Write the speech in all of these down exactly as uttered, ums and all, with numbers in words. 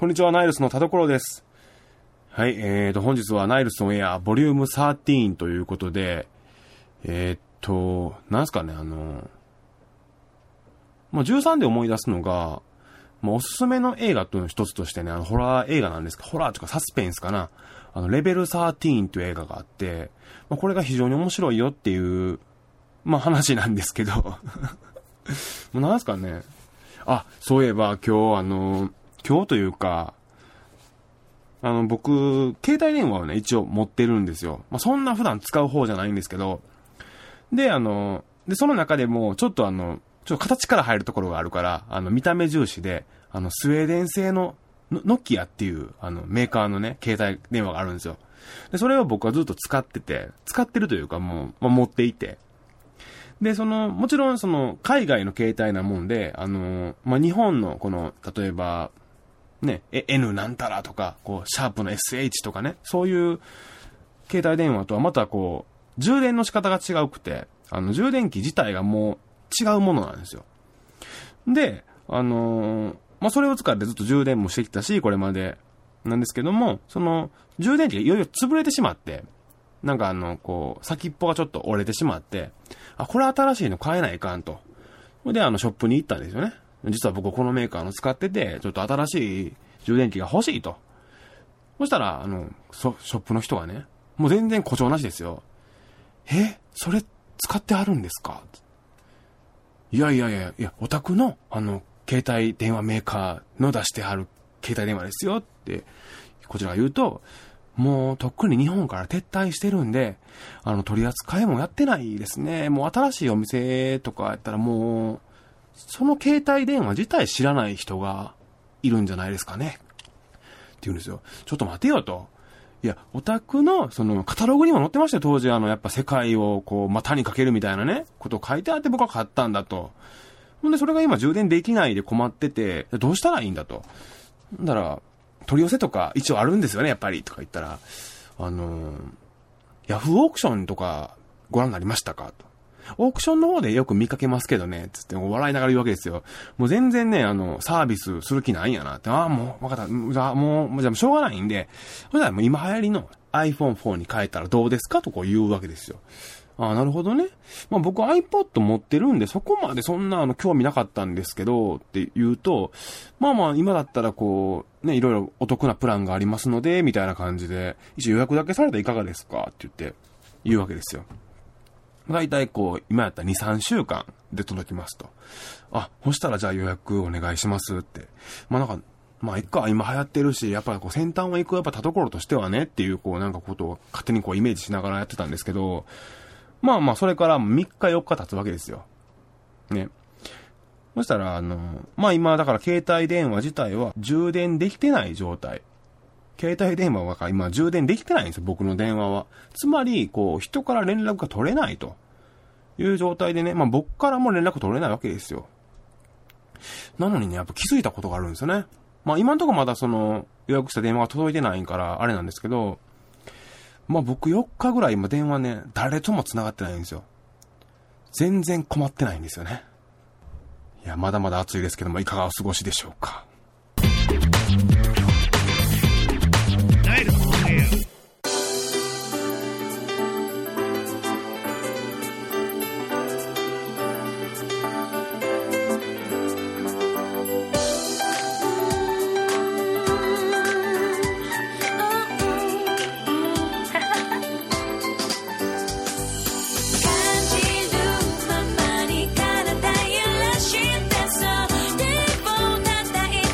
こんにちは、ナイルスの田所です。はい、えーと、本日はナイルスのエアボリュームじゅうさんということで、えーと、なんすかね、あの、まあ、じゅうさんで思い出すのが、まあ、おすすめの映画という一つとしてね、あの、ホラー映画なんですか、ホラーというかサスペンスかな。あの、レベルじゅうさんという映画があって、まあ、これが非常に面白いよっていう、まあ、話なんですけど、もうなんすかね、あ、そういえば今日あの、今日というか、あの、僕、携帯電話をね、一応持ってるんですよ。まあ、そんな普段使う方じゃないんですけど、で、あの、で、その中でも、ちょっとあの、ちょっと形から入るところがあるから、あの、見た目重視で、あの、スウェーデン製の、ノキアっていう、あの、メーカーのね、携帯電話があるんですよ。で、それを僕はずっと使ってて、使ってるというかもう、まあ、持っていて、で、その、もちろんその、海外の携帯なもんで、あの、まあ、日本のこの、例えば、ね、N なんたらとか、こう、シャープの エスエイチ とかね、そういう携帯電話とはまたこう、充電の仕方が違うくて、あの、充電器自体がもう違うものなんですよ。で、あのー、まあ、それを使ってずっと充電もしてきたし、これまで、なんですけども、その、充電器がいよいよ潰れてしまって、なんかあの、こう、先っぽがちょっと折れてしまって、あ、これ新しいの買えないかんと。で、あの、ショップに行ったんですよね。実は僕このメーカーの使ってて、ちょっと新しい充電器が欲しいと。そしたら、あの、ショップの人がね、もう全然誇張なしですよ。え、それ使ってあるんですか？いやいやいや、いや、お宅の、あの、携帯電話メーカーの出してある携帯電話ですよって、こちらが言うと、もうとっくに日本から撤退してるんで、あの、取り扱いもやってないですね。もう新しいお店とかやったらもう、その携帯電話自体知らない人がいるんじゃないですかね。って言うんですよ。ちょっと待てよと。いや、オタクの、その、カタログにも載ってましたよ、当時。あの、やっぱ世界をこう、股にかけるみたいなね、ことを書いてあって僕は買ったんだと。ほんで、それが今充電できないで困ってて、どうしたらいいんだと。だから、取り寄せとか一応あるんですよね、やっぱり。とか言ったら、あのー、ヤフーオークションとかご覧になりましたかと。オークションの方でよく見かけますけどね、つって笑いながら言うわけですよ。もう全然ね、あの、サービスする気ないんやなって。ああ、もう、わかった。じゃあもう、じゃあしょうがないんで、それはもう今流行りの アイフォンフォー に変えたらどうですかとこう言うわけですよ。ああ、なるほどね。まあ僕 iPod 持ってるんで、そこまでそんなあの興味なかったんですけど、って言うと、まあまあ今だったらこう、ね、いろいろお得なプランがありますので、みたいな感じで、一応予約だけされたらいかがですかって言って、言うわけですよ。だいたいこう、今やったらに、さんしゅうかんで届きますと。あ、そしたらじゃあ予約お願いしますって。まあなんか、まあいっか、今流行ってるし、やっぱこう先端を行くやっぱ田所としてはねっていうこうなんかことを勝手にこうイメージしながらやってたんですけど、まあまあそれからみっかよっか経つわけですよ。ね。そしたらあの、まあ今だから携帯電話自体は充電できてない状態。携帯電話は今充電できてないんですよ、僕の電話は。つまり、こう、人から連絡が取れないという状態でね、まあ僕からも連絡取れないわけですよ。なのにね、やっぱ気づいたことがあるんですよね。まあ今んとこまだその予約した電話が届いてないからあれなんですけど、まあ僕よっかぐらい今電話ね、誰とも繋がってないんですよ。全然困ってないんですよね。いや、まだまだ暑いですけども、いかがお過ごしでしょうか。 「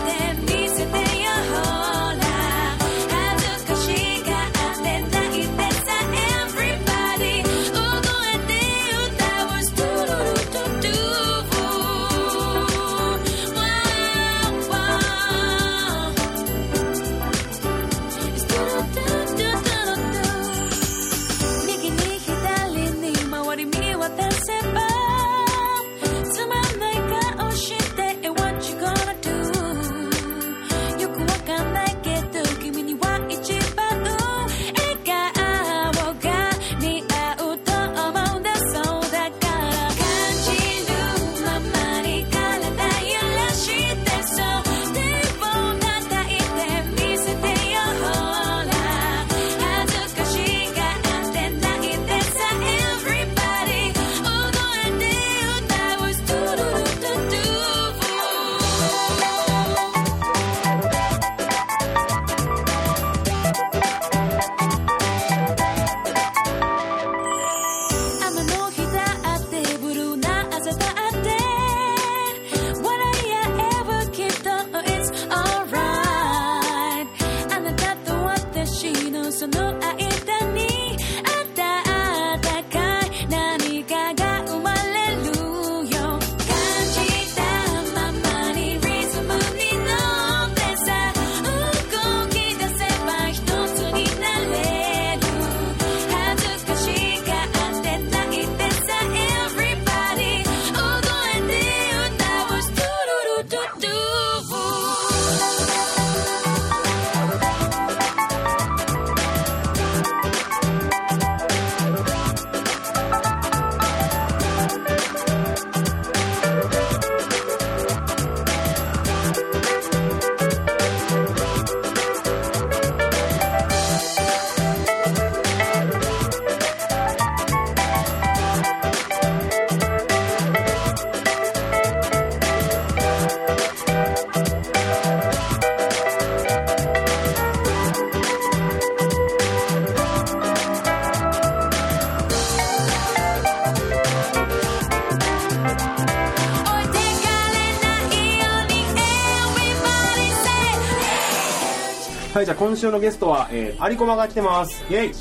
はい、じゃあ今週のゲストは、えー、アリコマが来てます。イェイイェイイェ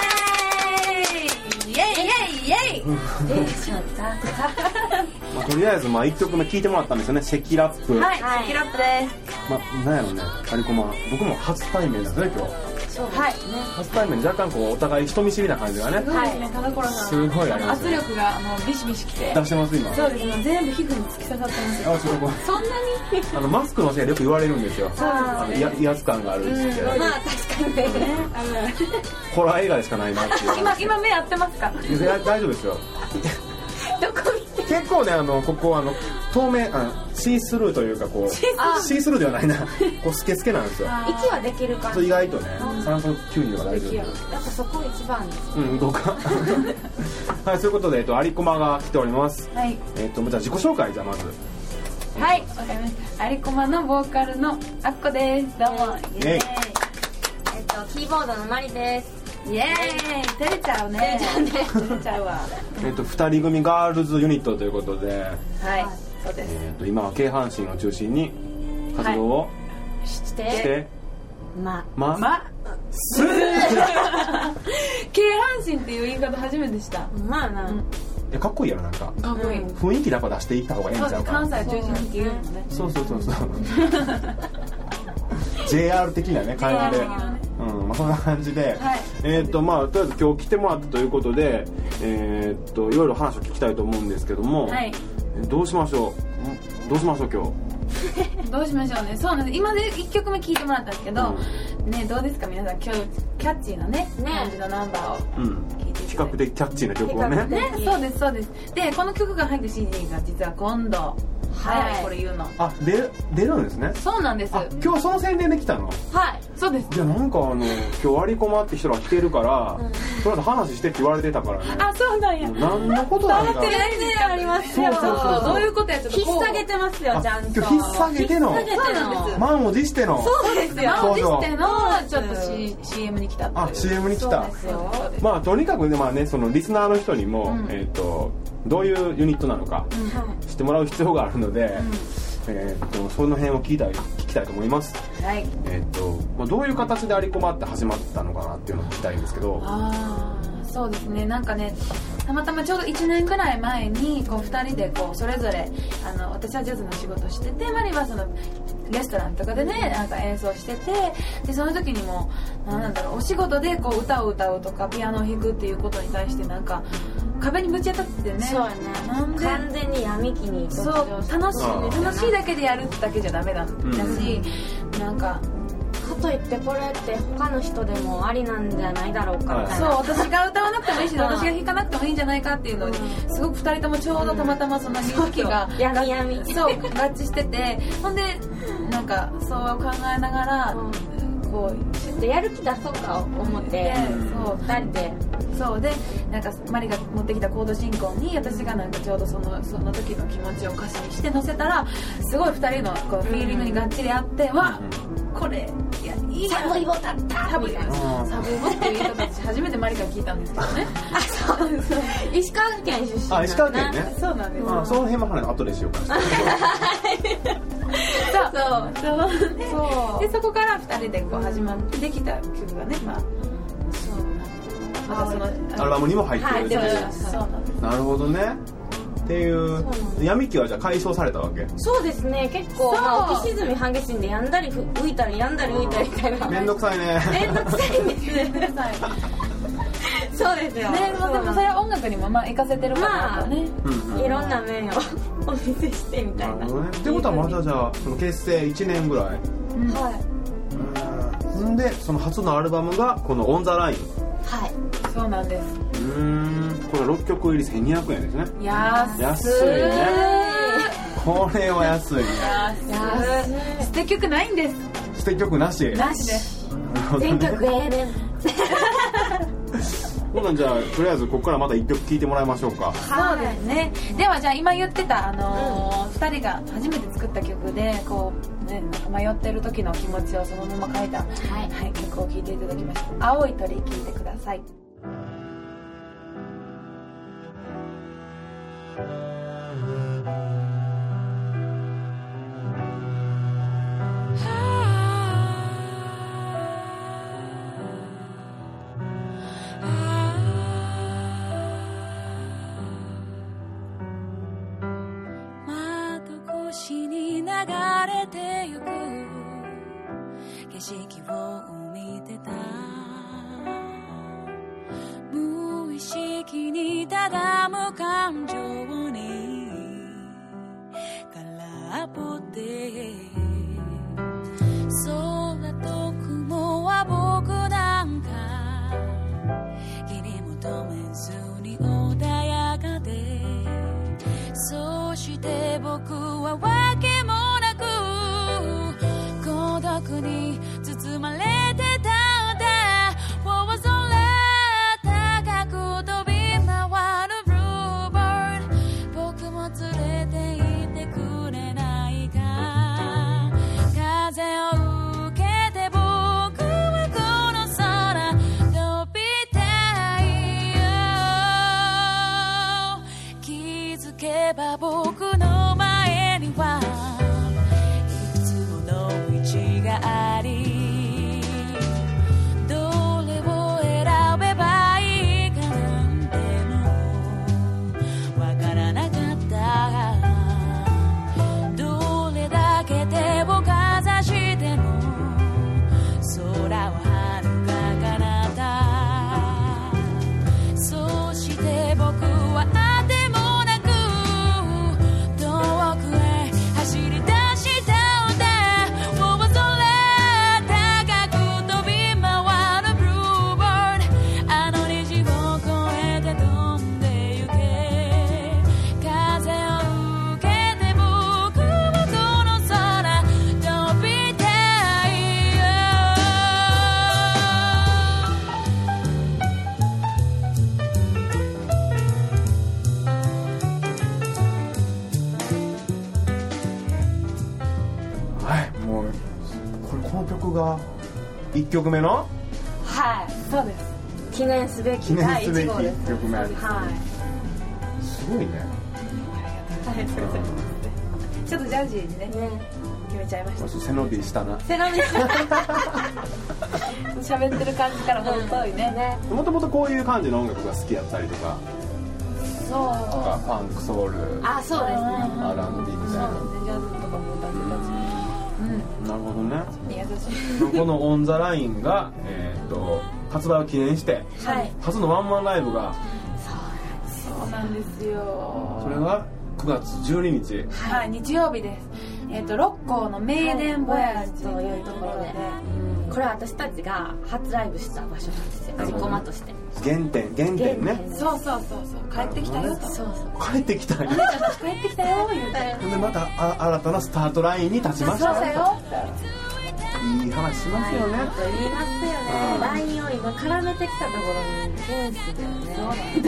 イイェイイェイイェイえー、しまった。 まあ、とりあえずまあいっきょくめ聴いてもらったんですよね。シェキラップ。 はい、シェキラップです。 まあ、なんやろうね、アリコマ僕も初対面ですね今日。 そうですね、はい、 初対面若干こうお互い人見知りな感じがね。 はいね、田所さんすごいありますね。 圧力があのビシビシきて出してます今。 そうですね、全部皮膚に突き刺さってますよ。 あ、そこそんなにあのマスクのせいでよく言われるんですよ。あのや威圧感があるって言って、 まあ確かにね、 ホラー映画でしかないなっていう。 今今目合ってますか？ いや大丈夫ですよ。 どこ見て結構ね、あのここあの透明、あのシースルーというかこうシースルーではないな、こうスケスケなんですよ。 息はできる感じ。 意外とね、酸素吸入が大丈夫。 やっぱそこ一番です。 うんどうか。はい、そういうことでえっとアリコマが来ております。 はい。 えっとじゃあ自己紹介じゃあまず。 はい、わかりました。アリコマのボーカルのあっこです。どうも。イエーイ。えっとキーボードのマリです。イエーイ。照れちゃうね。照れちゃうわ。 えっと二人組ガールズユニットということで。 はい。そうです。 えっと今は京阪神を中心に活動をしてして。 ま、 ま、 ま、 す京阪神っていう言い方初めてした。まあな。 いやかっこいいやろなんか。 かっこいい。 雰囲気やっぱ出していった方がいいんちゃうかな。 関西中心に言うのね。 そうそうそうそう。ジェイアール 的なね感じで、うんまあそんな感じで、えっとまあとりあえず今日来てもらったということで、えっといろいろ話を聞きたいと思うんですけども、どうしましょう。どうしましょう今日。 どうしましょうね。そうなんです。今でいっきょくめ聴いてもらったんですけど、ねどうですか皆さん、今日キャッチーなね感じのナンバーを聴いてい比較的キャッチーな曲をね。 ね、そうですそうです。でこの曲が入った シーディー が実は今度、はい、これ言うの。 あ、出出るんですね。 そうなんです。 今日その宣伝で来たの。 はい、そうです。 じゃあなんかあの今日アリコマって人が来てるから、とりあえず話してって言われてたからね。 あ、そうなんや。 何のことなんだ。 全然ありますよ。どういうことや、ちょっと引っ提げてますよ、ちゃんと。 今日引っ提げての。満を持しての。 そうですよ。満を持してのちょっと シーエム に来たっていう。 あ、シーエム に来た。まあとにかくね、まあね、そのリスナーの人にもえっとどういうユニットなのか知ってもらう必要があるので。えー、とその辺を聞きたい聞きたいと思います。はい。えっ、ー、とまあどういう形でアリコマって始まったのかなっていうのを聞きたいんですけど。 ああ、そうですね。なんかね、たまたまちょうどいちねんぐらい前にこうふたりでこうそれぞれあの私はジャズの仕事してて、マリはそのレストランとかでねなんか演奏してて、でその時にもなんだろう、お仕事でこう歌を歌うとかピアノを弾くっていうことに対してなんか壁にぶち当たってね。そうやね。なんで完全に闇期に。そう、楽しい楽しいだけでやるだけじゃダメだし、うん、なんか。かといってこれって他の人でもありなんじゃないだろうかみたいな。そう、私が歌わなくてもいいし、私が弾かなくてもいいんじゃないかっていうのに、うん、すごくふたりともちょうどたまたまその時期が闇闇そう合致してて、ほんでなんかそう考えながら、うん、こうちょっとやる気出そうか思って、そうふたりで。そうでなんかマリが持ってきたコード進行に私がなんかちょうどそのその時の気持ちを歌詞にして載せたら、すごいふたりのこうフィーリングにがっちり合って、うん、わこれいやいいサブイボだったサブイボサブイボっていう言い方私初めてマリから聞いたんですけどね。あ、そうです。石川県出身。 あ、石川県ね。 そうなんです。 あ、その辺も話後でしようか。そうそうそうそうでそこからふたりでこう始まってできた曲がね、まあまたそのアルバムにも入ってるっていう。なるほどね。っていう闇期はじゃあ解消されたわけ。そうですね。結構浮き沈み激しいんでやんだり浮いたりやんだり浮いたりみたいな。めんどくさいね。めんどくさいんですね。めんどくさい。そうですよね。でもそれは音楽にもまあ活かせてるからね。いろんな面をお見せしてみたいな。 ってことはまだじゃあその結成いちねんぐらい。はい。んでその初のアルバムがこのオンザライン。はい。そうなんです。うーん、これろっきょく入りせんにひゃくえんですね。安い。安いね。これは安いね。安い。捨て曲ないんです。捨て曲なし。なしです。全曲 エー で。そうなんじゃあとりあえずここからまたいっきょく聴いてもらいましょうか。そうですね。ではじゃあ今言ってたあのーうん、ふたりが初めて作った曲でこうねなんか迷ってる時の気持ちをそのまま書いた、はいはい、曲を聴いていただきました。青い鳥聴いてください。 れてゆく景色を見てた無意識にただ無感情に空っぽで空と雲は僕なんか気に求めずに穏やかでそして僕はわけもなく孤独に包まれてたんだ大空高く飛び回るブルーバード僕も連れて行ってくれないか風を受けて僕はこの空飛びたいよ気づけば僕の前にはいくつもの道がありどれを選べばいいかなんてもわからなかったどれだけ手をかざしても空は遥か彼方そして僕はあてもなく遠くへ走り出したんだ大空高く飛び回るブルーバードあの虹を越えて飛んでゆけ風を受けて僕はこの空飛びたいよはいもうこれこの曲がいっきょくめのはいそうです記念すべき記念第すべきいち号ですいっきょくめはいすごいねありがとうございますちょっとジャージーにね決めちゃいましたわし背伸びしたな背伸び喋ってる感じからほど遠いねもともとこういう感じの音楽が好きやったりとかそうとかファンクソウルあそうですねアールアンドビー みたいなそうですねジャズとかも歌ってたしうんなるほどね優しいこのオンザラインが、えー、と発売を記念してはい初のワンマンライブがそうなんですよそれがくがつじゅうににちはい日曜日ですえっと六甲のメイデンボヤージというところでこれは私たちが初ライブした場所なんですよアリコマとして原点原点ねそうそうそうそう帰ってきたよとそうそう帰ってきたよお姉ちゃんたち帰ってきたよ言うてでまたあ新たなスタートラインに立ちましたそうだよいい話しますよね、 言いますよねラインを今絡めてきたところにセンスだよね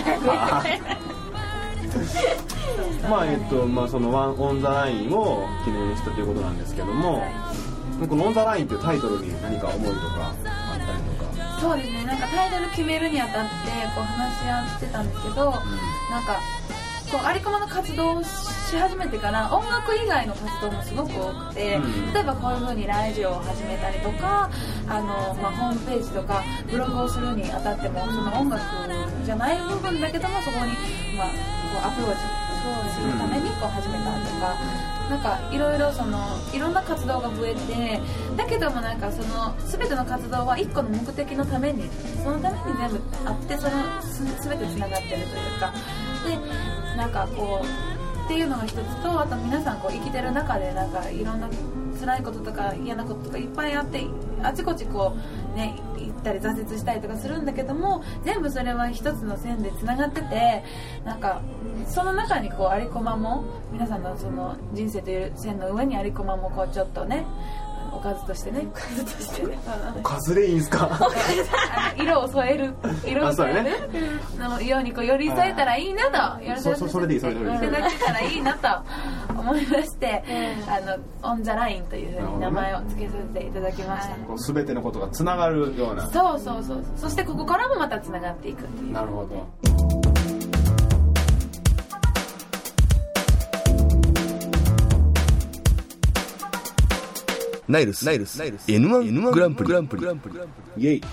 まあえっとまあそのワンオンザラインを記念したということなんですけどもこのオンザラインっていうタイトルに何か思いとかあったりとかそうですねなんかタイトル決めるにあたってこう話し合ってたんですけど、なんかこうアリコマの活動をし始めてから音楽以外の活動もすごく多くて、うん、例えばこういう風にラジオを始めたりとかあの、まあ、ホームページとかブログをするにあたってもその音楽じゃない部分だけどもそこに、まあ、こうアプローチするためにこう始めたりとか、なんかいろいろそのいろんな活動が増えて、だけどもなんかその全ての活動はいっこの目的のためにそのために全部あってその全てつながってるというかで、なんかこうっていうのが一つと、あと皆さんこう生きてる中でなんかいろんな辛いこととか嫌なこととかいっぱいあってあちこちこうね行ったり挫折したりとかするんだけども、全部それは一つの線でつながってて、なんかその中にこうアリコマも皆さんのその人生という線の上にアリコマもこうちょっとねおかずとしてねおかずとしてねおかずでいいんすか色を添える色を添える、ね、のようにこう寄り添えたらいいなと寄り添えそれでいいそれでいいいただけたらいいなと思いましてあのオンザラインというふうに名前を付けさせていただきました、 こう全てのことがつながるような、 そうそうそう、そしてここからもまたつながっていくっていう。 なるほど。 ナイルス エヌワン グランプリイエイ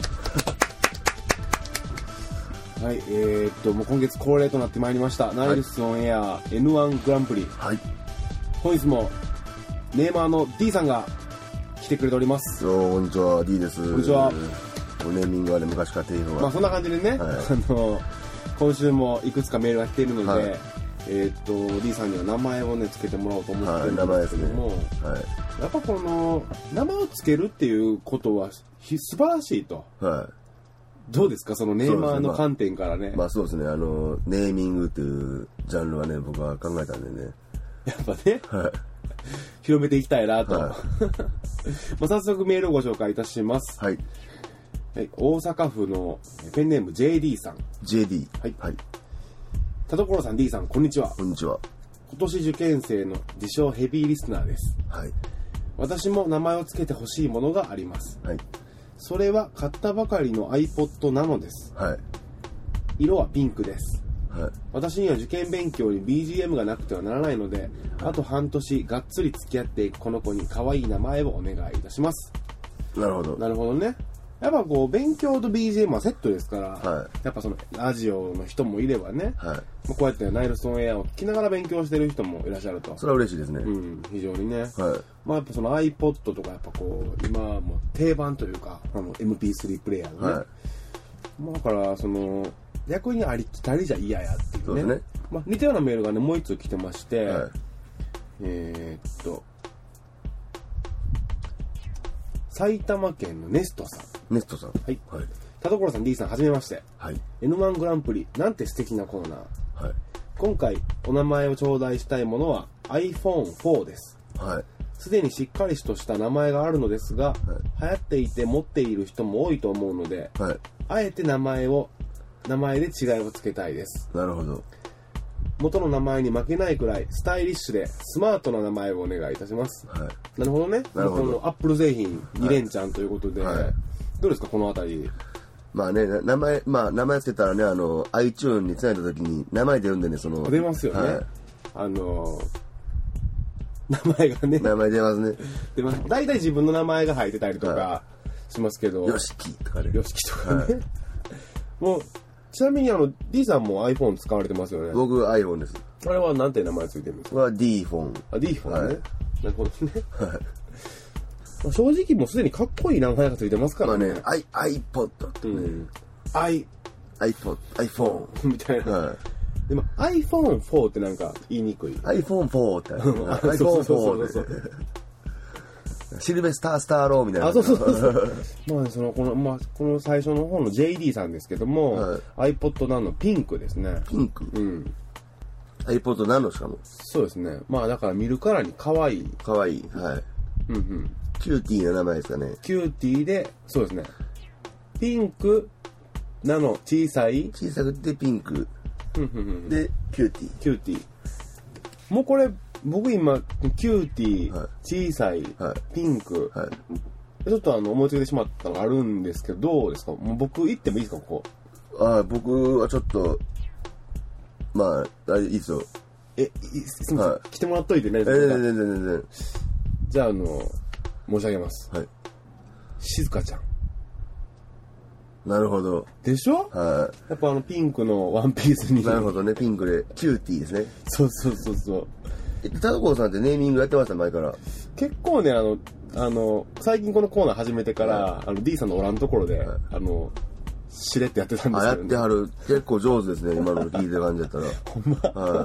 はい、えー、っともう今月恒例となってまいりました、はい、ナイルスオンエア エヌワン グランプリ、 はい、 本日もネーマーの D さんが来てくれております。 どうもこんにちは、 D です。 こんにちは。 ネーミングはね、昔から定番は。 まあそんな感じでね、はい、あの今週もいくつかメールが来ているので、はい、えー、っと D さんには名前をねつけてもらおうと思ってるんですけども、はい、名前ですね。はい。やっぱこの名前をつけるっていうことは素晴らしいと。はい。どうですか、そのネーマーの観点からね。 まあ、まあそうですね、あのネーミングっていうジャンルはね、僕は考えたんでね。 やっぱね。はい。広めていきたいなと。はい、まあ早速メールをご紹介いたします。はい。はい、大阪府のペンネーム ジェーディー さん。 ジェーディー。 はい。はい。田所さん、D さん、こんにちは。 こんにちは。 今年受験生の自称ヘビーリスナーです。はい。私も名前を付けてほしいものがあります。はい。それは買ったばかりの iPod Nano です。はい。色はピンクです。はい。私には受験勉強に ビージーエム がなくてはならないので、はい、あと半年がっつり付き合っていくこの子に可愛い名前をお願いいたします。 なるほど。 なるほどね。やっぱこう勉強と ビージーエム はセットですから、はい、やっぱそのラジオの人もいればね、はい、こうやってナイルスオンエアを聞きながら勉強してる人もいらっしゃると。 それは嬉しいですね。 うん、非常にね。はい。まあやっぱその iPod とかやっぱこう今はもう定番というか、あの エムピースリー プレイヤーのね。はい。まあだからその逆にありきたりじゃ嫌やっていうね。そうですね。まあ似たようなメールがねもう一つ来てまして、はい、えー、っと埼玉県のネストさん。 ネストさん。はい。はい。田所さん、D さん、はじめまして。はい。エヌワン グランプリ、なんて素敵なコーナー。はい。今回、お名前を頂戴したいものは アイフォンフォー です。はい。すでにしっかりとした名前があるのですが、はい、流行っていて持っている人も多いと思うので、はい。あえて名前を、名前で違いをつけたいです。 なるほど。 元の名前に負けないくらいスタイリッシュでスマートな名前をお願いいたします。はい。なるほどね。なるほど。このアップル製品に連チャンということで、はいはい、どうですかこのあたり。 まあね、名前、まあ名前つけたらね、あの iTunes につないだ時に名前で読んでね、その出ますよね。はい、あの名前がね。 名前出ますね。 出ます。大体自分の名前が入ってたりとかしますけど。 よしきとかね。 よしきとかね。はい、もう。ちなみにあの D さんも iPhone 使われてますよね。 僕 iPhone です。 あれはなんて名前ついてるんですか。 これは D フォン。 あ D フォンね。はい、なるほどね。はい。正直もうすでにかっこいい名前がついてますからね。 まあね、I iPod ってね。うん、 I iPod iPhone みたいな。はい。でも アイフォンフォー ってなんか言いにくい。 アイフォンフォー って。アイフォンフォー って。シルベスタースターローみたいな。 あ、そうそうそう。まあ、その、この、まあ、この最初の方の ジェーディー さんですけども、はい、iPod Nano ピンクですね。 ピンクうん。iPod Nano しかも。 そうですね。まあ、だから見るからに可愛い。 可愛い。はい。うんうん。キューティーな名前ですかね。 キューティーで、そうですね。ピンク、ナノ、小さい。 小さくてピンク。で、キューティー。 キューティー。もうこれ、僕今キューティー、はい、小さい、はい、ピンク、はい、ちょっとあの思いついてしまったのがあるんですけど、どうですか。もう僕行ってもいいですかここ。ああ、僕はちょっとまあいいですよ。 え、すみません、はい、来てもらっといてね。 全然全然全然。 じゃああの申し上げます。はい。静香ちゃん。 なるほど。 でしょ。はい。やっぱあのピンクのワンピースに。 なるほどね、ピンクでキューティーですね。 そうそうそうそう。 田所さんってネーミングやってました前から。 結構ね、あのあの最近このコーナー始めてから、はい、あの D さんのおらんところで、はい、あのしれってやってたんですけど、ね、 あ、やってはる。結構上手ですね今の聞いてる感じだったら。 ほんま。はい。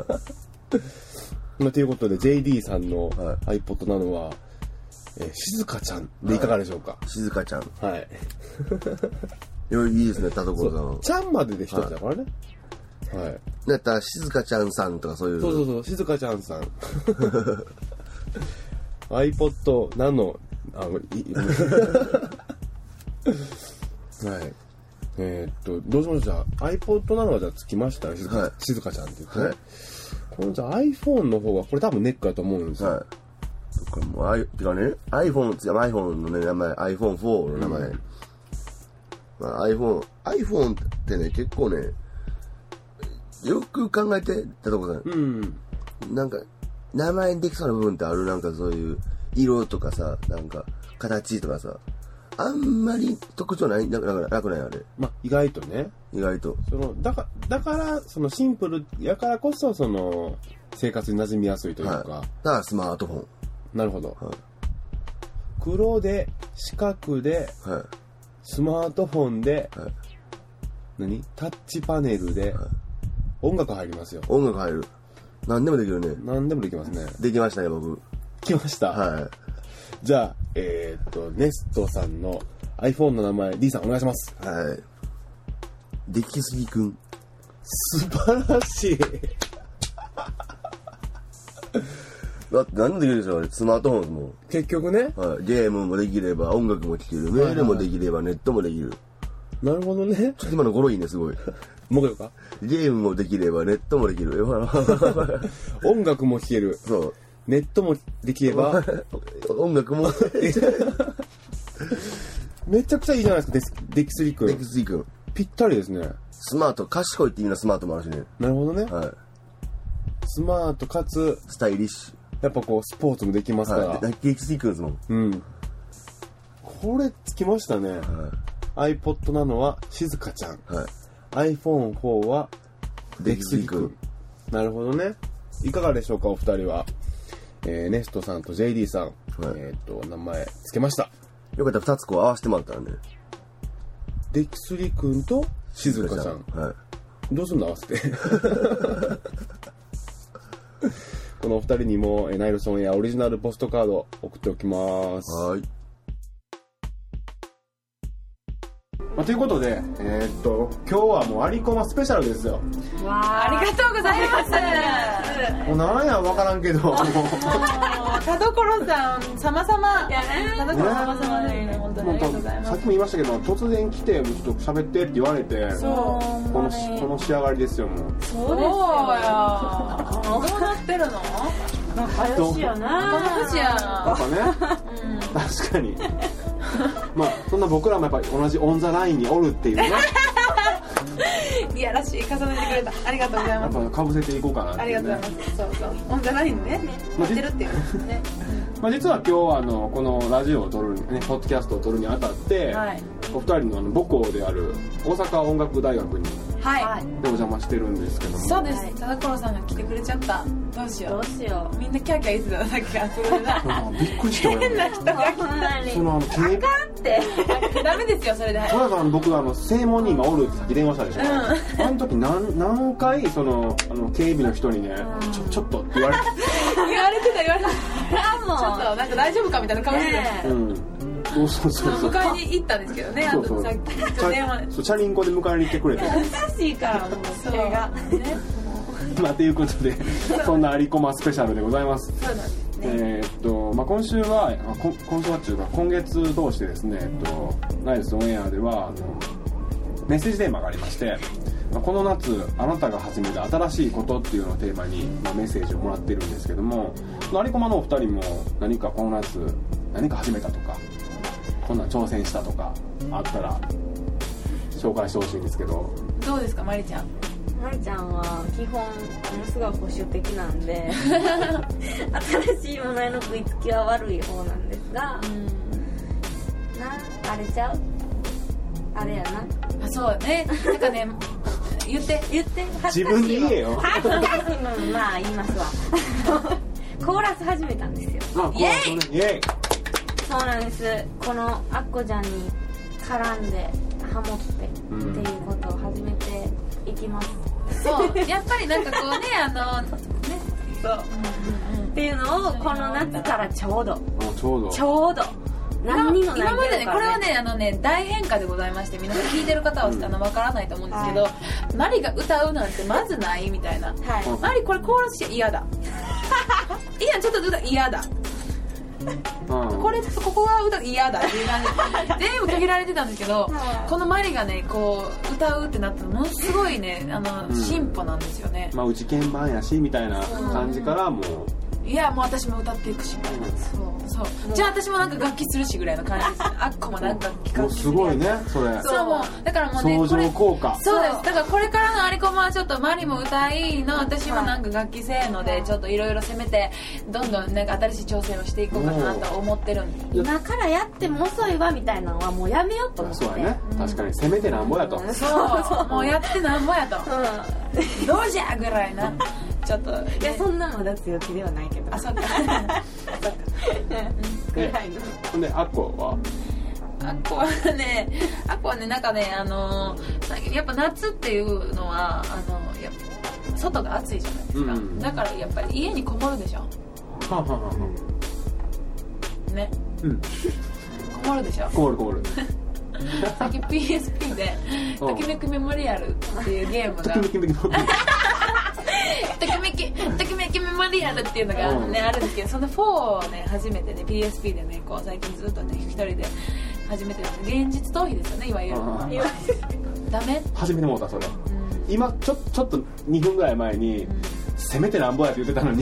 まあということで ジェーディー さんの iPod なのは、えー、静香ちゃんでいかがでしょうか。はい、 静香ちゃん。 はい。 いいですね田所さん。 ちゃんまでで一つだからね。はい。 だったら静香ちゃんさんとかそういう。 そうそうそう、静香ちゃんさん。iPod Nano、あの、いはい。えー、っと、どうしましょう。じゃあ iPod Nano はじゃあつきましたね、静香、はい、静香ちゃんって言ってね。はい、このじゃあ iPhone の方は、これ多分ネックだと思うんですよ。はい。 これもう、あい、てかね、iPhone、iPhone のね、名前、アイフォンフォー の名前。うん、まあ、iPhone、iPhone ってね、結構ね、よく考えて、田所さん。うん。なんか、名前にできそうな部分ってある？なんかそういう、色とかさ、なんか、形とかさ。あんまり特徴ない、だから楽ないあれ。 まあ、意外とね。 意外と。 その、だから、だから、そのシンプルやからこそ、その、生活に馴染みやすいというか。はい、 だからスマートフォン。 なるほど、 はい、 黒で四角で、 はい、 スマートフォンで、 はい、 何タッチパネルで、はい、音楽入りますよ。 音楽入る。何でもできるね。 何でもできますね。 できましたね、僕。 来ました。 はい。 じゃあ、えー、っと、ネストさんの iPhone の名前、D さんお願いします。 はい。できすぎくん。 素晴らしい。 だって何でできるんですよ、あれ。スマートフォンも。 結局ね。 はい。ゲームもできれば、音楽も聴ける。メールもできれば、ネットもできる。 なるほどね。 ちょっと今の語呂いいね、すごい。 もう一回か。 ゲームもできれば、ネットもできる。 音楽も聴ける。 そう。 ネットもできれば。 音楽も。 めちゃくちゃいいじゃないですか、デキスリ君。 デキスリ君。 ぴったりですね。 スマート、賢いって意味のスマートもあるしね。 なるほどね。 はい。 スマートかつ、 スタイリッシュ。 やっぱこう、スポーツもできますから。 はい。デキスリ君ですもん。 うん。これつきましたね。はい。iPod なのは、静香ちゃん。 はい。 アイフォンフォー はデキスリ君。なるほどね。いかがでしょうか、お二人は。えー、ネストさんと ジェイディー さん、はい、えっ、ー、と、名前つけました。 よかったら二つこう合わせてもらったらね。 デキスリ君と静香ちゃん。 はい。どうすんの合わせて。このお二人にも、ナイルソンやオリジナルポストカード送っておきます。 はい。 まあ、ということで、えー、っと今日はもうアリコマスペシャルですよ。 わあ、ありがとうございます。 もうなんや分からんけど、もう田所さん様々。いやね、田所様様ですね。本当にありがとうございます。 さっきも言いましたけど、突然来てちょっと喋ってって言われて、 そうこのこの仕上がりですよ。もうそうですよ。どうなってるの？ 仲良しやな。 仲良しやな。 やっぱね、うん、確かに。まあそんな僕らもやっぱり同じオンザラインにおるっていうね。 いやらしい重ねてくれた。ありがとうございます。 やっぱ被せていこうかなって、ね。 ありがとうございます。そうそう。オンザラインね、待ってるっていうね。 まあ実は今日はあのこのラジオを撮るね、ポッドキャストを撮るにあたって、はい、お二人のあの母校である大阪音楽大学に、はい、でお邪魔してるんですけども。 そうです。田所さんが来てくれちゃった。どうしよう。どうしよう。みんなキャーキャー言ってたさっきからそれな。 びっくりした俺。 変な人が来た。 そのあのあかんって。ダメですよそれで。 戸田さん僕あの正門に今おるってさっき電話したでしょ。うん、あの時何何回そのあの警備の人にね、うん、ちょちょっとって言われて。 言われてた言われてた。もうちょっとなんか大丈夫かみたいな顔してた。うん。 そうそうそうそう。 迎えに行ったんですけどね。 そうそう。 あとさっき電話で。 そうチャリンコで迎えに行ってくれて。 優しいからもうそれが。 まあということでそんなアリコマスペシャルでございます。 そうなんですね。 えーっとまあ今週はこ今週はっていうか今月通してですね、えっとナイルスオンエアではあのメッセージテーマがありまして。この夏あなたが始めた新しいことっていうのをテーマに、まあ、メッセージをもらってるんですけども、アリコマのお二人も何かこの夏何か始めたとかこんなん挑戦したとかあったら紹介してほしいんですけど。 どうですかマリちゃん。 マリちゃんは基本ものすごい保守的なんで新しいものへの食いつきは悪い方なんですが、うん、なあれちゃうあれやなあそうねなんかね言って言って自分で言えよ恥ずかしいまあ言いますわコーラス始めたんですよ。 あイエーイ、ね、イエーイ。 そうなんです。このアッコちゃんに絡んでハモってっていうことを始めていきます、 うん、そうやっぱりなんかこうねあのねそう、 うんうん、っていうのをこの夏からちょうどあちょうどちょうど何にもない今までねこれはねあのね大変化でございまして皆さん聞いてる方は、うん、あの分からないと思うんですけど、はい、マリが歌うなんてまずないみたいな、はい、マリこれコーラスして嫌だいやちょっと歌嫌だこれここは歌嫌だっていう感じで全部限られてたんですけど、はい、このマリがねこう歌うってなったらものすごいねあの、うん、進歩なんですよね。 まあうち鍵盤やしみたいな感じからもういやもう私も歌っていくしみたいな、うん、そうそうじゃあ私もなんか楽器するしぐらいの感じですあっこもなんか企画もうすごいねそれそうもうだからもうね相乗効果そうですだからこれからのアリコマはちょっとマリも歌いの私もなんか楽器せーのでちょっといろいろ攻めてどんどんなんか新しい挑戦をしていこうかなと思ってるんで今からやっても遅いわみたいなのはもうやめようと思ってそうやね、うん、確かに攻めてなんぼやと、 うん、そうもうやってなんぼやと、うん、どうじゃぐらいなちょっと、ね、 いやそんなまだ強気ではないけどあそっかそっかぐらいのほんでアッコはあっこはねあっこはねなんかねあのー、やっぱ夏っていうのはあのやっぱ外が暑いじゃないですか、うん、だからやっぱり家にこもるでしょ。はあはあはあね、 うん、 こもるでしょ。 こもるこもるさっき ピーエスピー で「ときめきメモリアル」っていうゲームがときめきメモリアルときめきときめきメモリアルっていうのがね、うん、あるんですけど、そのフォーをね初めてね ピーエスピー でねこう最近ずっとね一人で初めて現実逃避ですよねいわゆるダメ初めて思ったそれ、うん、今ちょちょっとにふんぐらい前に、うん、せめてなんぼやって言ってたのに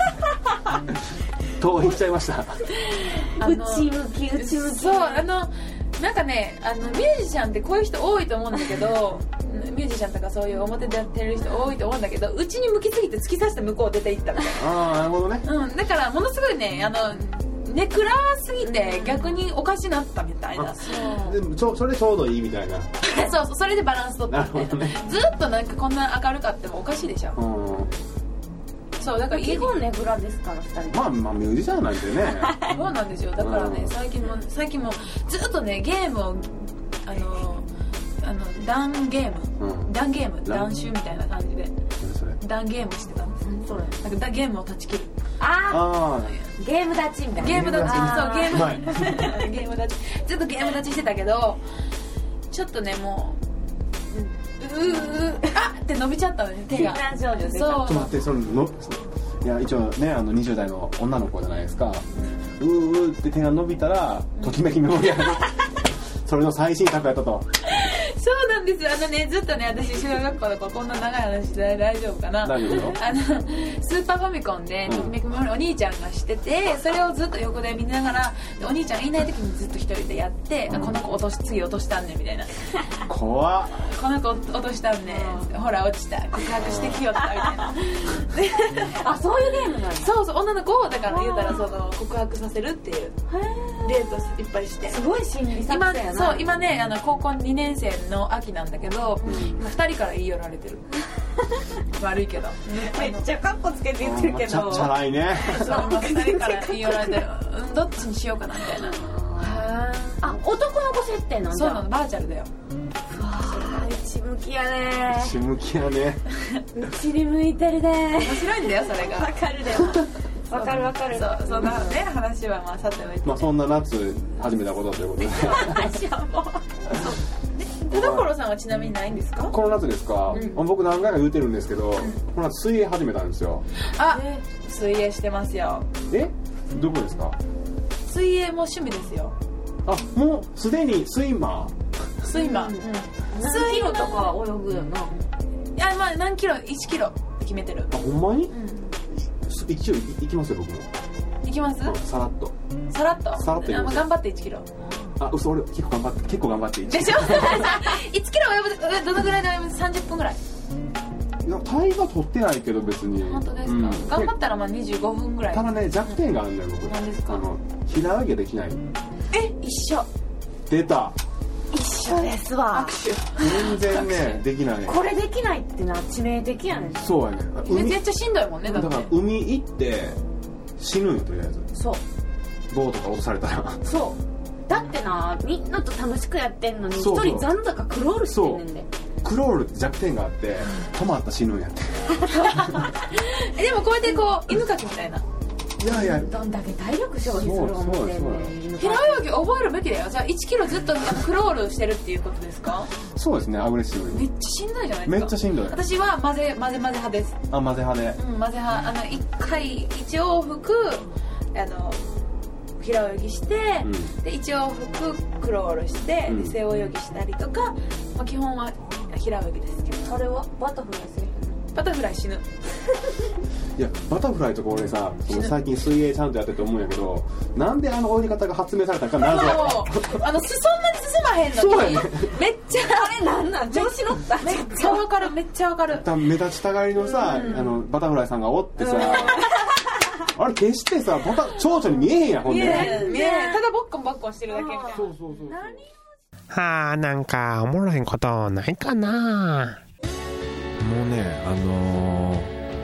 逃避しちゃいました内向き内向きそうあのなんかねあのミュージシャンってこういう人多いと思うんだけどミュージシャンとかそういう表でやってる人多いと思うんだけどうちに向きすぎて突き刺して向こう出ていったみたいな。 ああなるほどね、 うん、だからものすごいねあのネクラすぎて逆におかしなったみたいな、 そうでもちょそれちょうどいいみたいなそうそうそれでバランス取ったみたいな、 ね、 ずっとなんかこんな明るかってもおかしいでしょ、うんそうだから基本ネクラですからふたりまあまあミュージシャンなんてねそうなんですよだからね、うん、最近も最近もずっとねゲームをあのあのダンゲーム、うん、ダンゲームダンシュみたいな感じでダンゲームしてたんです、うん、それなんかゲームを断ち切るああゲーム立ちみたいなゲーム立ちそうゲームゲーム立ちずっとゲーム立ちしてたけどちょっとねもううううあって伸びちゃったのね手がそうちょっと待ってそののいや一応ねあのにじゅう代の女の子じゃないですか、うん、ううって手が伸びたらときめきメモリアルそれの最新作やったとそうなんですよあのねずっとね私中学校の子こんな長い話で大丈夫かな大丈夫よあのスーパーファミコンでときめきメモリアルお兄ちゃんがしててそれをずっと横で見ながらお兄ちゃんいない時にずっと一人でやって、うん、この子落とし次落としたんねみたいな怖っこの子落としたんね、うん、ほら落ちた告白してきよったみたいなあそういうゲームなんやそうそう女の子をだから言うたらその告白させるっていうデートいっぱいしてすごい心理作戦やな今そう今ねあの高校にねん生の秋なんだけど、うん、今ふたりから言い寄られてる悪いけどめっちゃカッコつけて言ってるけどチャラいねそうふたりから言い寄られてるうんどっちにしようかなみたいなあ男の子設定なんだそうなのバーチャルだようわ内向きやね内向きやね内に向いてるね面白いんだよそれがわかるでもわかるわかるそうそんなね話はまあさておいてまあそんな夏始めたことということで話はもう田所さんはちなみにないんですかこの夏ですか、うん、僕何回か言うてるんですけど、うん、この夏水泳始めたんですよあ、えー、水泳してますよえどこですか水泳も趣味ですよあもうすでにスイマースイマー、うん、 何キロとか泳ぐよな、 いやまあ何キロいちキロって決めてるあほんまに、うん、一応行きますよ僕も行きます、 うん、さらっとさらっとさらっとあ、まあ、頑張っていちキロあ、嘘俺結構頑張って結構頑張っていちでしょいちキロ泳ぶどのぐらいで泳ぶさんじゅっぷんぐらいタイは取ってないけど別に本当ですか、うん、頑張ったらまあにじゅうごふんぐらいただね弱点があるんだよ僕何ですかあの平泳ぎができないえ一緒出た一緒ですわ全然ねできないこれできないってのは致命的やねんそうやねめっちゃしんどいもんねだってだから海行って死ぬよとりあえずそう棒とか落とされたらそうだってなみんなと楽しくやってんのに一人残高クロールしてんねんでクロールって弱点があって止まった死ぬんやってでもこうやってこう犬かきみたいないやいやどんだけ体力消費する思ってんねん平泳ぎ覚えるべきだよじゃあいちキロずっとクロールしてるっていうことですかそうですねアグレッシブにめっちゃしんどいじゃないですかめっちゃしんどい私は混ぜ混ぜ混ぜ派ですあ混ぜ派でうん混ぜ派あのいっかいいち往復あの平泳ぎして、うん、でいち往復クロールして、うん、背泳ぎしたりとか、まあ、基本は平泳ぎですけどあれはバタフライするバタフライ死ぬいやバタフライとか俺さその最近水泳ちゃんとやってて思うんやけどなんであの泳ぎ方が発明されたのか謎あのそんなに進まへんのにそうやねめっちゃあれなんなん調子乗っためっちゃわかるめっちゃわかる目立ちたがりのさ、うん、あのバタフライさんがおってさ、うんあれ決してさバタ蝶々に見えへんやんほんで見えへん見えへんただボッコンボッコンしてるだけみたいなそうそうそう何はあなんかおもろいことないかなもうねあのー、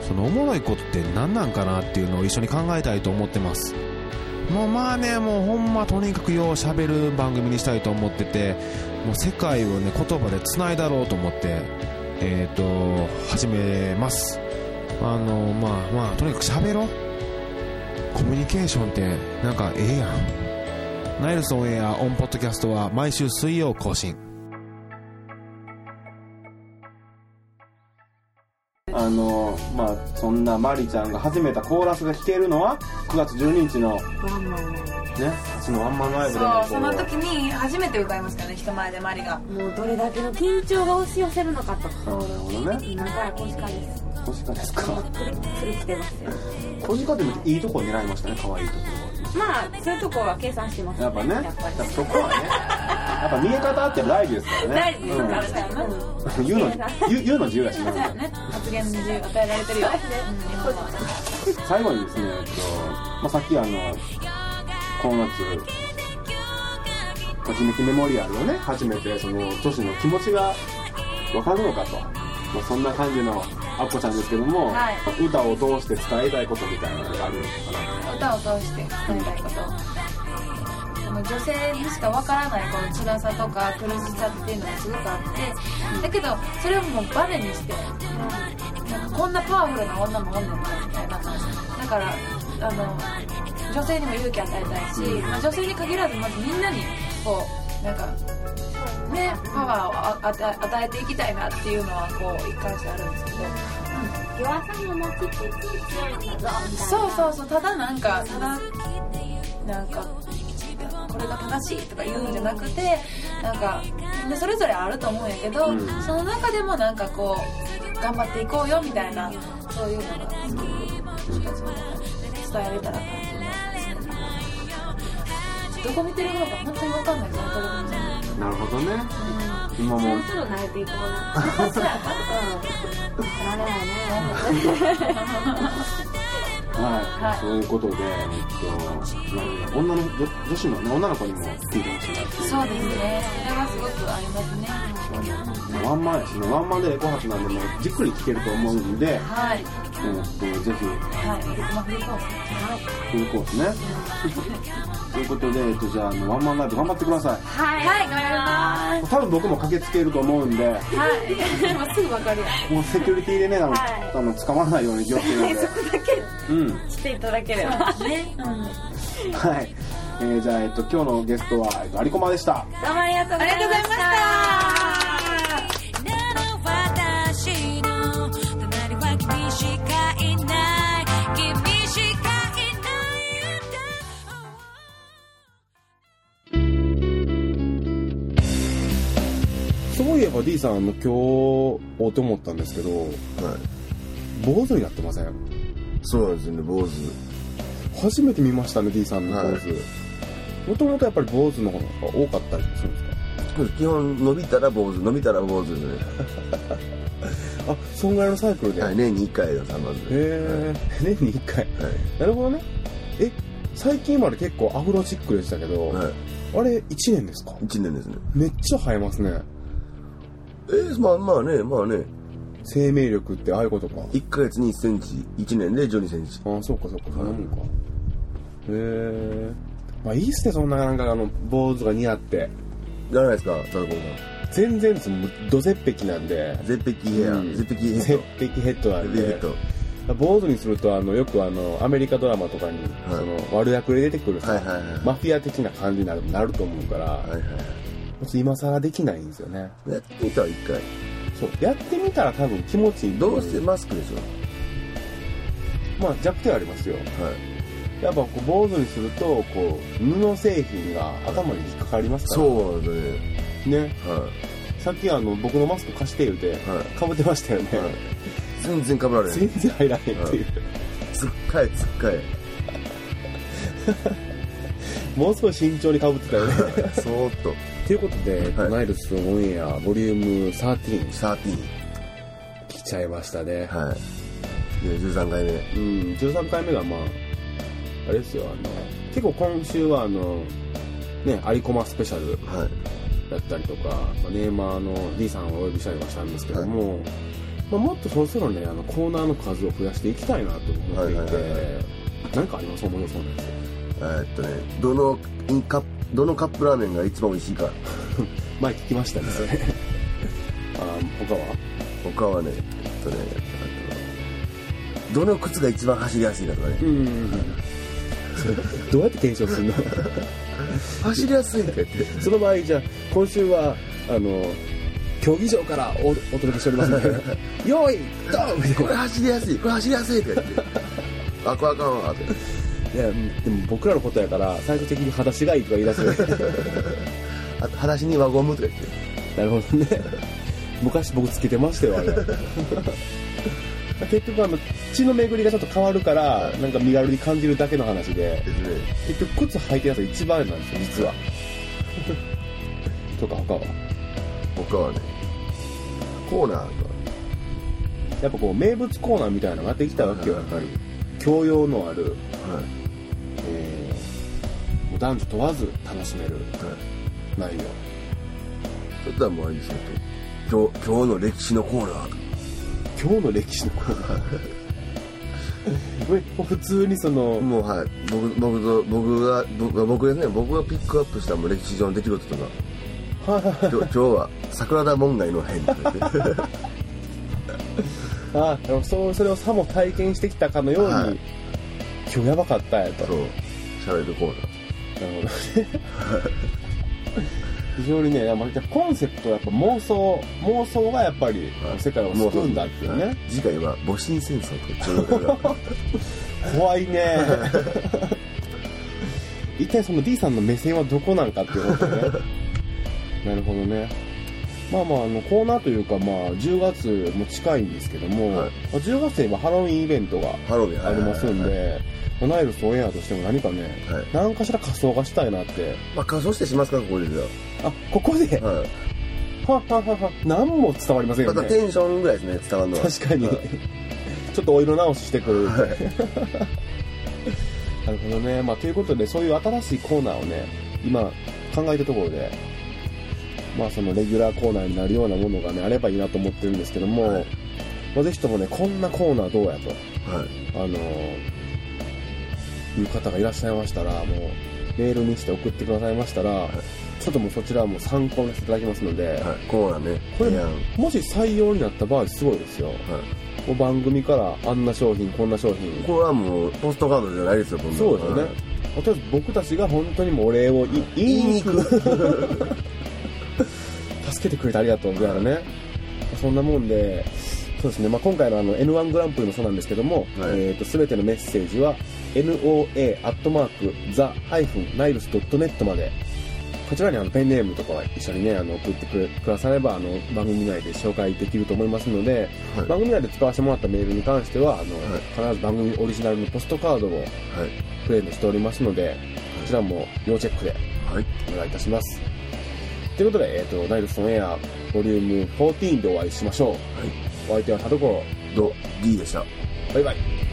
そのおもろいことって何なんかなっていうのを一緒に考えたいと思ってます。もうまあね、もうほんまとにかくよう喋る番組にしたいと思ってて、もう世界をね言葉で繋いだろうと思ってえっと始めます。あのまあまあとにかく喋ろう。コミュニケーションってなんかええやん。ナイルスオンエアオンポッドキャストは毎週水曜更新。 あのまあそんなマリちゃんが始めたコーラスが聴けるのはくがつじゅうににちのワンマンのね、初のワンマンライブでもそう、その時に初めて歌いますからね、人前でマリが。 もうどれだけの緊張が押し寄せるのかと。 なるほどね。 今から小鹿です。 小鹿ですか。 プリップリ来てますよ。 小鹿でもいいとこ狙いましたね、可愛いところ。 まあそういうところは計算してます、ね、 やっぱね、やっやっぱりぱそこはね、やっぱ見え方って大事ですからね。 大事ですから、 うん、言うの言う言うの自由だしね。 そうやね、発言の自由与えられてるよ。 最後にですね、えっとまあ、さっきあのこの夏ときめきメモリアルをね初めてその女子の気持ちが分かるのかと、まあ、そんな感じのアッコちゃんですけども、 はい、 歌を通して伝えたいことみたいなのがあるのかな。歌を通して伝えたいこと、その女性にしか分からないこの辛さとか苦しさっていうのがすごくあって、だけどそれをもうバネにして、なんかこんなパワフルな女もおんねんなみたいな。だからあの女性にも勇気与えたいし、まあ、女性に限らずまずみんなにこうなんかねパワーを与え、与えていきたいなっていうのはこう一貫してあるんですけど、 うん、弱さも持ちつつ強いんだぞみたいな。 そうそうそう、ただなんかただなんかこれが正しいとか言うんじゃなくて、なんかみんなそれぞれあると思うんやけど、うん、その中でもなんかこう頑張っていこうよみたいな、そういうのがすごく一つの伝えられたらなって思いますね。どこ見てるのか本当に分かんないですよ、 なるほどね、 うん、今もそろそろ慣れていこうな。私ら慣れないね。 はい、はい、そういうことで、えっと、まあ、女の 女, 女子の、ね、女の子にも聞いてほしいなっていう。 そうですね、それはすごくありますね。 まあ、ワンマンやしね、ワンマンでレコ発なんでもじっくり聴けると思うんで、 はい、 えっと、ぜひ、 はい、フルコース、はい、 フルコースね。ということで、えっと、じゃあ、あのワンマンライブ頑張ってください。 はい、はい、頑張ります。 多分僕も駆けつけると思うんで、はい、 もうすぐ分かるやん。 もうセキュリティでね、あの、はい、あの捕まらないように気をつけるので、 そこだけ、うん、していただければね。 うん、はい、えー、じゃあ、えっと、今日のゲストは、えっと、アリコマでした。 どうもありがとうございました。 そういえば D さん、あの今日おと思ったんですけど、はい、坊主になってません？ そうなんですよね、坊主。 初めて見ましたね、D さんの坊主。もともとやっぱり坊主の方が多かったりするんですか？ 基本伸びたら坊主、伸びたら坊主ですね。 あ、そんぐらいのサイクルで、 はい、年にいっかいがさまず。 へー、はい、年にいっかい、はい、なるほどね。え、最近まで結構アフロチックでしたけど、はい、あれいちねんですか？ いちねんですね。 めっちゃ生えますね。 えー、まあまあね、まあね。 生命力ってああいうことか。 いっかげつにいっセンチ、いちねんでじゅうにセンチ。 ああ、そうかそうか、そんなもんか。へえ。まあいいっすね、そんななんかあの、坊主が似合って。 じゃないですか、佐藤君さん。 全然ですもう、ド絶壁なんで。 絶壁ヘア、うん、絶壁ヘッド。 絶壁ヘッドなんで。絶壁ヘッド。坊主にすると、あの、よくあの、アメリカドラマとかに、はい、その、悪役で出てくるさ、はいはいはい、マフィア的な感じになる、なると思うから、はいはい、今更できないんですよね。 やってみたら一回。 そう、やってみたら多分気持ちいい。 どうしてマスクでしょ？まあ弱点ありますよ。はい。やっぱこう坊主にすると、こう、布製品が頭に引っかかりますから。 そうなんですね。 ね。はい。さっきあの、僕のマスク貸して言うて、はい、被ってましたよね。はい、 全然被られへん。 全然入らへんっていう。はい、 つっかえつっかえ。 もう少し慎重に被ってたよね。 そーっと。 ということで、はい、ナイルスオンエアボリュームじゅうさん。じゅうさん。 来ちゃいましたね。 はい。じゅうさんかいめ。 うん、じゅうさんかいめがまあ、あれですよ、あの、結構今週はあの、ね、アリコマスペシャルだったりとか、はい、まあ、ネーマーの D さんをお呼びしたりはしたんですけども、はい、 まあ、もっとそろそろねあのコーナーの数を増やしていきたいなと思っていて、 はいはいはいはい、 なんかあります思いそうなんですよ。 えーっとねどのインカップどのカップラーメンが一番美味しいか前聞きましたねそれあ他は他はねえっとねあとどの靴が一番走りやすいかとかね、 うんうんうんどうやって検証するの走りやすいって言ってその場合じゃあ今週はあの競技場からおお届けしておりますので用意ドンみたいなこれ走りやすいこれ走りやすいって言ってあこれあかんわっていやでも僕らのことやから最終的に裸足がいいとか言い出すあと裸足に輪ゴムとか言ってなるほどね昔僕つけてましたよあれ結局あの血の巡りがちょっと変わるからなんか身軽に感じるだけの話でですね結局靴履いてるやつが一番あれなんですよ実はとか他は他はねコーナーがやっぱこう名物コーナーみたいなのがやってきたわけよやっぱり教養のある、 はいえー、もう男女問わず楽しめる内容、 それとはもうあれですよ今日今日の歴史のコーナー今日の歴史のコーナーこれ普通にそのもうはい僕僕と僕が僕僕ですね僕がピックアップしたもう歴史上の出来事とか今日今日は桜田門外の変ああそうそれをさも体験してきたかのように、はい、今日やばかったやとそう喋るコーナーなるほどね非常にねコンセプトはやっぱ妄想妄想がやっぱり世界を救うんだっていうね、はい、 次回は戊辰戦争とか怖いね一体その D さんの目線はどこなんかっていうことねなるほどね。まあまああのコーナーというかまあじゅうがつも近いんですけども、はい、まあ、じゅうがつといえばハロウィンイベントがありますんで、ナイルスオンエアとしても何かね、はい、何かしら仮装がしたいなって。 まあ仮装してしますかここでじゃあ。あ、ここで、はい、はははは何も伝わりませんよね。 ただテンションぐらいですね伝わるのは。 確かに、はい、ちょっとお色直ししてくる、はい、なるほどね。まあということでそういう新しいコーナーをね今考えてるところで、まあそのレギュラーコーナーになるようなものがねあればいいなと思ってるんですけども、はい、まあ、ぜひともねこんなコーナーどうやと、はい、あのー、いう方がいらっしゃいましたらもうメールにして送ってくださいましたら、はい、ちょっともうそちらも参考にしていただきますので、はい、 コーナーねこれもし採用になった場合すごいですよ、はい、もう番組からあんな商品こんな商品これはもうポストカードじゃないですよこんな。 そうですよね、はい、とりあえず僕たちが本当にもうお礼を言いに行く助けてくれてありがとうみたいなね、はい、そんなもんでそうですね、まあ、今回のあの エヌワン グランプリもそうなんですけども、はい、えーと全てのメッセージは ノーアットマークザ ナイルス ドットネット までこちらにあのペンネームとかは一緒にねあの送ってくださればあの番組内で紹介できると思いますので、はい、番組内で使わせてもらったメールに関してはあの、はい、必ず番組オリジナルのポストカードをプレゼントしておりますので、はい、こちらも要チェックでお願いいたします、はい、ということで、えーと、ナイルスオンエアボリュームじゅうよんでお会いしましょう、はい、お相手は田所と D でした。 バイバイ。